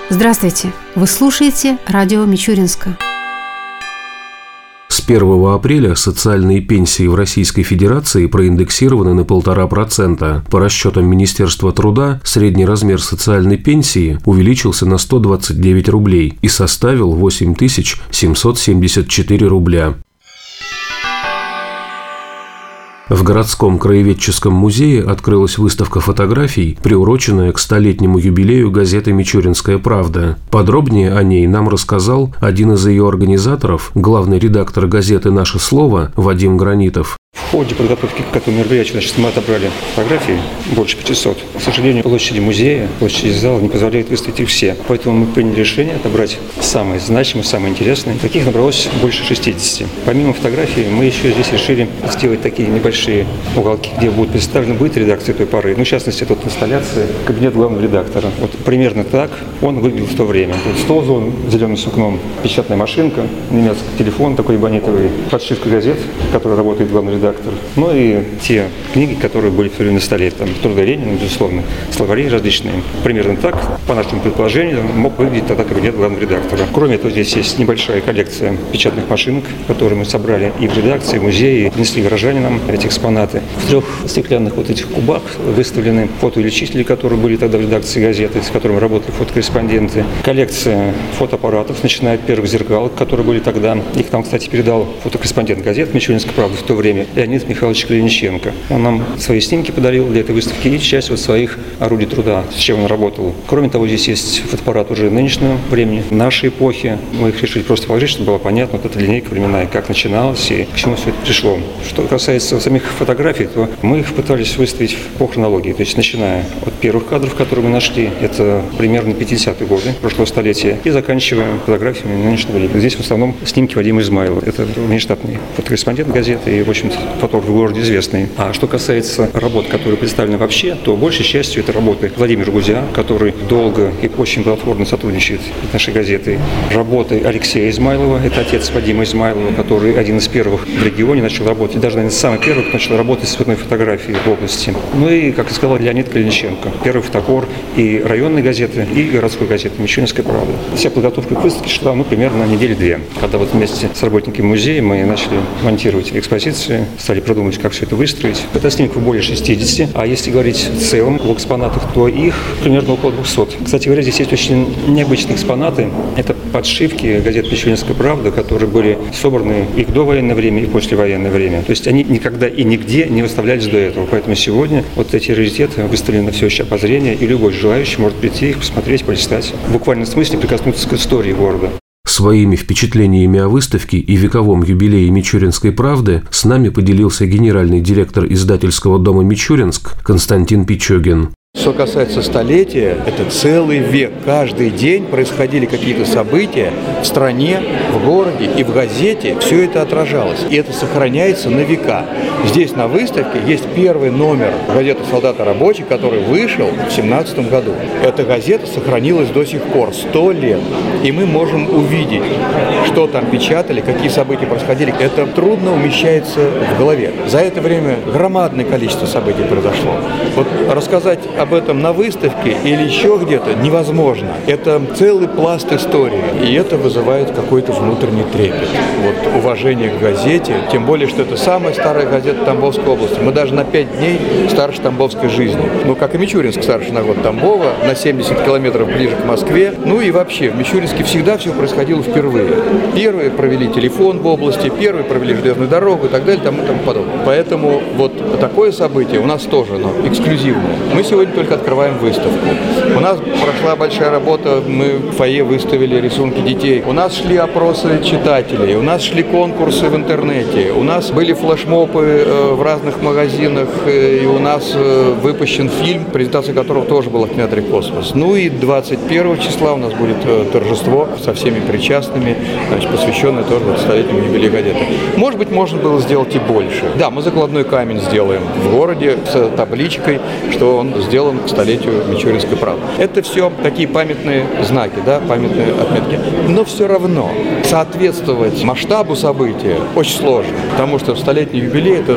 Здравствуйте! Вы слушаете радио Мичуринска. С 1 апреля социальные пенсии в Российской Федерации проиндексированы на 1,5%. По расчетам Министерства труда, средний размер социальной пенсии увеличился на 129 рублей и составил 8774 рубля. В городском краеведческом музее открылась выставка фотографий, приуроченная к 100-летнему юбилею газеты «Мичуринская правда». Подробнее о ней нам рассказал один из ее организаторов, главный редактор газеты «Наше слово» Вадим Гранитов. В ходе подготовки к этому мероприятию, мы отобрали фотографии, больше 500. К сожалению, площади музея, площади зала не позволяют выставить их все. Поэтому мы приняли решение отобрать самые значимые, самые интересные. Таких набралось больше 60. Помимо фотографий, мы еще здесь решили сделать такие небольшие уголки, где будет представлена редакция той поры. В частности, тут инсталляция «Кабинет главного редактора». Вот примерно так он выглядел в то время. Тут стол с зеленым сукном, печатная машинка, немецкий телефон такой эбонитовый, подшивка газет, в которой работает главный редактор. Ну и те книги, которые были все время на столе. Там «Труды Ленина», безусловно, словари различные. Примерно так, по нашему предположению, мог выглядеть тогда кабинет главного редактора. Кроме этого, здесь есть небольшая коллекция печатных машинок, которые мы собрали и в редакции, и в музее, и принесли горожане нам эти экспонаты. В 3 стеклянных вот этих кубах выставлены фотоувеличители, которые были тогда в редакции газеты, с которыми работали фотокорреспонденты. Коллекция фотоаппаратов, начиная от первых зеркал, которые были тогда. Их нам, кстати, передал фотокорреспондент газеты «Мичуринская правда» в то время, Леонид Михайлович Калиниченко. Он нам свои снимки подарил для этой выставки и часть своих орудий труда, с чем он работал. Кроме того, здесь есть фотоаппарат уже нынешнего времени, нашей эпохи. Мы их решили просто положить, чтобы было понятно, вот эта линейка временная, как начиналась и к чему все это пришло. Что касается самих фотографий, то мы их пытались выставить по хронологии, то есть начиная от первых кадров, которые мы нашли, это примерно 50-е годы прошлого столетия, и заканчивая фотографиями нынешнего века. Здесь в основном снимки Вадима Измайлова. Это внештатный фотокорреспондент газеты и, в общем-то, фотограф в городе известный. А что касается работ, которые представлены вообще, то большей частью это работы Владимира Гузя, который долго и очень плодотворно сотрудничает с нашей газетой. Работы Алексея Измайлова, это отец Вадима Измайлова, который один из первых в регионе начал работать, даже, наверное, самый первый, кто начал работать с цветной фотографией в области. Ну и, как я сказал, Леонид Калиниченко, первый фотокор и районной газеты, и городской газеты «Мичуринская правда». Вся подготовка к выставке шла, примерно на недели 2. Когда вот вместе с работниками музея мы начали монтировать экспозиции, стали продумывать, как все это выстроить. Это снимков более 60, а если говорить в целом в экспонатах, то их примерно около 200. Кстати говоря, здесь есть очень необычные экспонаты. Это подшивки газет «Мичуринская правда», которые были собраны и в довоенное время, и в послевоенное время. То есть они никогда и нигде не выставлялись до этого. Поэтому сегодня вот эти раритеты выставлены на всеобщее обозрение, и любой желающий может прийти их посмотреть, полистать. В буквальном смысле прикоснуться к истории города. Своими впечатлениями о выставке и вековом юбилее «Мичуринской правды» с нами поделился генеральный директор издательского дома «Мичуринск» Константин Пичугин. Что касается столетия, это целый век. Каждый день происходили какие-то события в стране, в городе и в газете. Все это отражалось. И это сохраняется на века. Здесь на выставке есть первый номер газеты «Солдат и рабочий», который вышел в 1917 году. Эта газета сохранилась до сих пор, 100 лет. И мы можем увидеть, что там печатали, какие события происходили. Это трудно умещается в голове. За это время громадное количество событий произошло. Вот рассказать об этом на выставке или еще где-то невозможно. Это целый пласт истории, и это вызывает какой-то внутренний трепет. Вот уважение к газете, тем более, что это самая старая газета Тамбовской области. Мы даже на 5 дней старше тамбовской жизни. Ну, как и Мичуринск старше на год Тамбова, на 70 километров ближе к Москве. Ну и вообще, в Мичуринске всегда все происходило впервые. Первые провели телефон в области, первые провели железную дорогу и так далее, тому подобное. Поэтому вот такое событие у нас тоже, но эксклюзивное. Мы сегодня только открываем выставку. У нас прошла большая работа, мы в фойе выставили рисунки детей. У нас шли опросы читателей, у нас шли конкурсы в интернете, у нас были флешмобы в разных магазинах, и у нас выпущен фильм, презентация которого тоже была в кинотеатре «Космос». Ну и 21 числа у нас будет торжество со всеми причастными, значит, посвященное тоже 100-летнему юбилею газеты. Может быть, можно было сделать и больше. Да, мы закладной камень сделаем в городе с табличкой, что он сделан к 100-летию Мичуринской правды. Это все такие памятные знаки, да, памятные отметки. Но все равно соответствовать масштабу события очень сложно, потому что 100-летний юбилей – это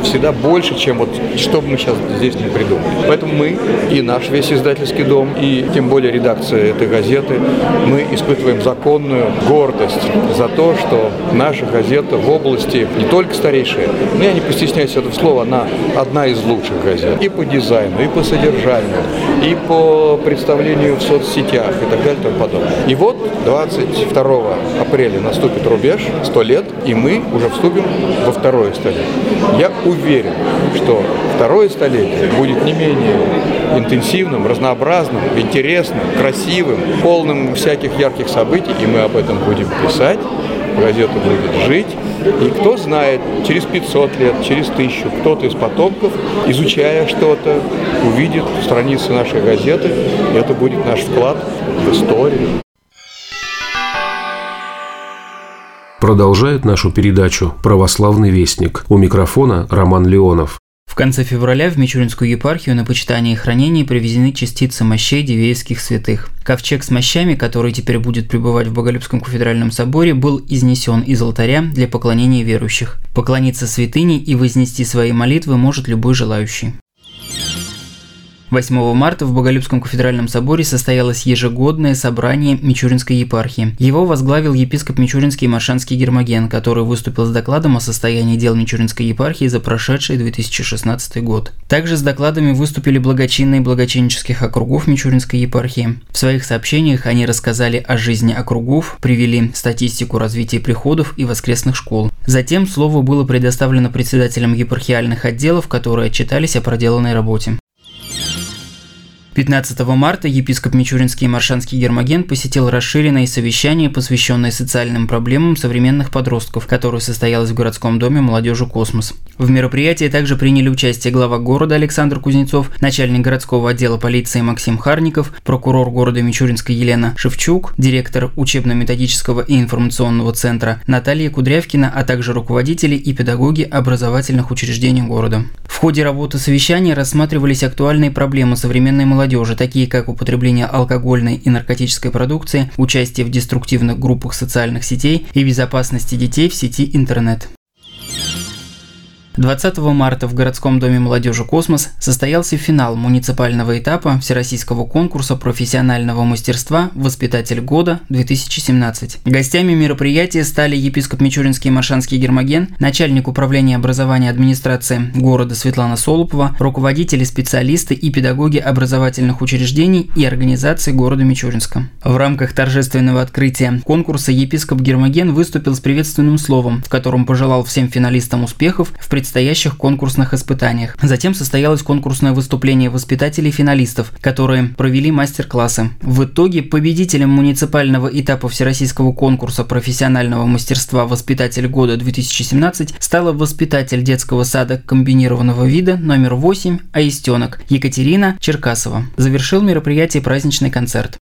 всегда больше, чем вот что бы мы сейчас здесь не придумали. Поэтому мы, и наш весь издательский дом, и тем более редакция этой газеты, мы испытываем законную гордость за то, что наша газета в области не только старейшая, но я не постесняюсь этого слова, она одна из лучших газет. И по дизайну, и по содержанию, и по представлению в соцсетях, и так далее, и тому подобное. И вот 22 апреля наступит рубеж, 100 лет, и мы уже вступим во второе столетие. Я уверен, что второе столетие будет не менее интенсивным, разнообразным, интересным, красивым, полным всяких ярких событий, и мы об этом будем писать, газета будет жить, и кто знает, через 500 лет, через 1000, кто-то из потомков, изучая что-то, увидит страницы нашей газеты, и это будет наш вклад в историю. Продолжает нашу передачу «Православный вестник». У микрофона Роман Леонов. В конце февраля в Мичуринскую епархию на почитание и хранение привезены частицы мощей дивеевских святых. Ковчег с мощами, который теперь будет пребывать в Боголюбском кафедральном соборе, был изнесен из алтаря для поклонения верующих. Поклониться святыне и вознести свои молитвы может любой желающий. 8 марта в Боголюбском кафедральном соборе состоялось ежегодное собрание Мичуринской епархии. Его возглавил епископ Мичуринский Маршанский Гермоген, который выступил с докладом о состоянии дел Мичуринской епархии за прошедший 2016 год. Также с докладами выступили благочинные благочиннических округов Мичуринской епархии. В своих сообщениях они рассказали о жизни округов, привели статистику развития приходов и воскресных школ. Затем слово было предоставлено председателям епархиальных отделов, которые отчитались о проделанной работе. 15 марта епископ Мичуринский Маршанский Гермоген посетил расширенное совещание, посвященное социальным проблемам современных подростков, которое состоялось в городском доме молодежи «Космос». В мероприятии также приняли участие глава города Александр Кузнецов, начальник городского отдела полиции Максим Харников, прокурор города Мичуринска Елена Шевчук, директор учебно-методического и информационного центра Наталья Кудрявкина, а также руководители и педагоги образовательных учреждений города. В ходе работы совещания рассматривались актуальные проблемы современной молодежи, такие как употребление алкогольной и наркотической продукции, участие в деструктивных группах социальных сетей и безопасности детей в сети интернет. 20 марта в городском доме молодежи «Космос» состоялся финал муниципального этапа Всероссийского конкурса профессионального мастерства «Воспитатель года-2017». Гостями мероприятия стали епископ Мичуринский Маршанский Гермоген, начальник управления образования администрации города Светлана Солопова, руководители, специалисты и педагоги образовательных учреждений и организаций города Мичуринска. В рамках торжественного открытия конкурса епископ Гермоген выступил с приветственным словом, в котором пожелал всем финалистам успехов в предстоящих конкурсных испытаниях. Затем состоялось конкурсное выступление воспитателей-финалистов, которые провели мастер-классы. В итоге победителем муниципального этапа Всероссийского конкурса профессионального мастерства «Воспитатель года-2017» стала воспитатель детского сада комбинированного вида номер 8 «Аистенок» Екатерина Черкасова. Завершил мероприятие праздничный концерт.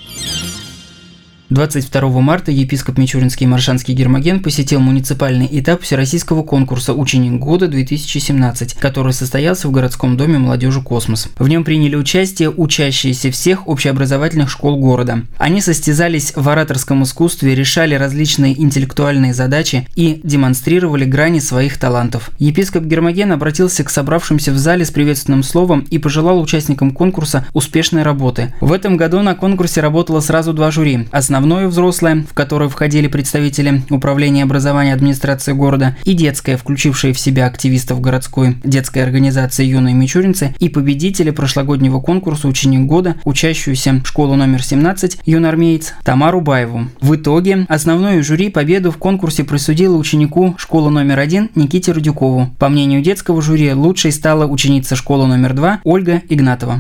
22 марта епископ Мичуринский Маршанский Гермоген посетил муниципальный этап Всероссийского конкурса «Ученик года-2017», который состоялся в городском доме молодежи «Космос». В нем приняли участие учащиеся всех общеобразовательных школ города. Они состязались в ораторском искусстве, решали различные интеллектуальные задачи и демонстрировали грани своих талантов. Епископ Гермоген обратился к собравшимся в зале с приветственным словом и пожелал участникам конкурса успешной работы. В этом году на конкурсе работало сразу два жюри. Основное взрослое, в которое входили представители управления образования администрации города, и детское, включившее в себя активистов городской детской организации «Юные мичуринцы», и победители прошлогоднего конкурса «Ученик года», учащуюся школу номер 17 юноармеец Тамару Баеву. В итоге основное жюри победу в конкурсе присудило ученику школы номер 1 Никите Рудюкову. По мнению детского жюри, лучшей стала ученица школы номер 2 Ольга Игнатова.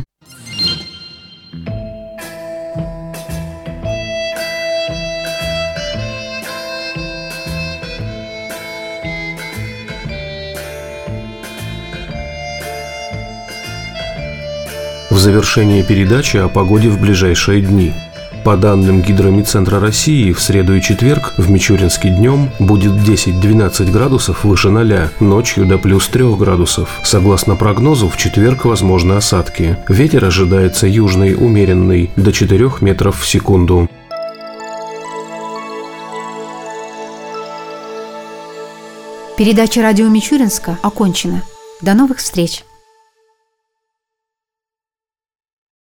В завершение передачи о погоде в ближайшие дни. По данным Гидромедцентра России, в среду и четверг в Мичуринске днем будет 10-12 градусов выше 0, ночью до плюс 3 градусов. Согласно прогнозу, в четверг возможны осадки. Ветер ожидается южный, умеренный, до 4 метров в секунду. Передача радио Мичуринска окончена. До новых встреч!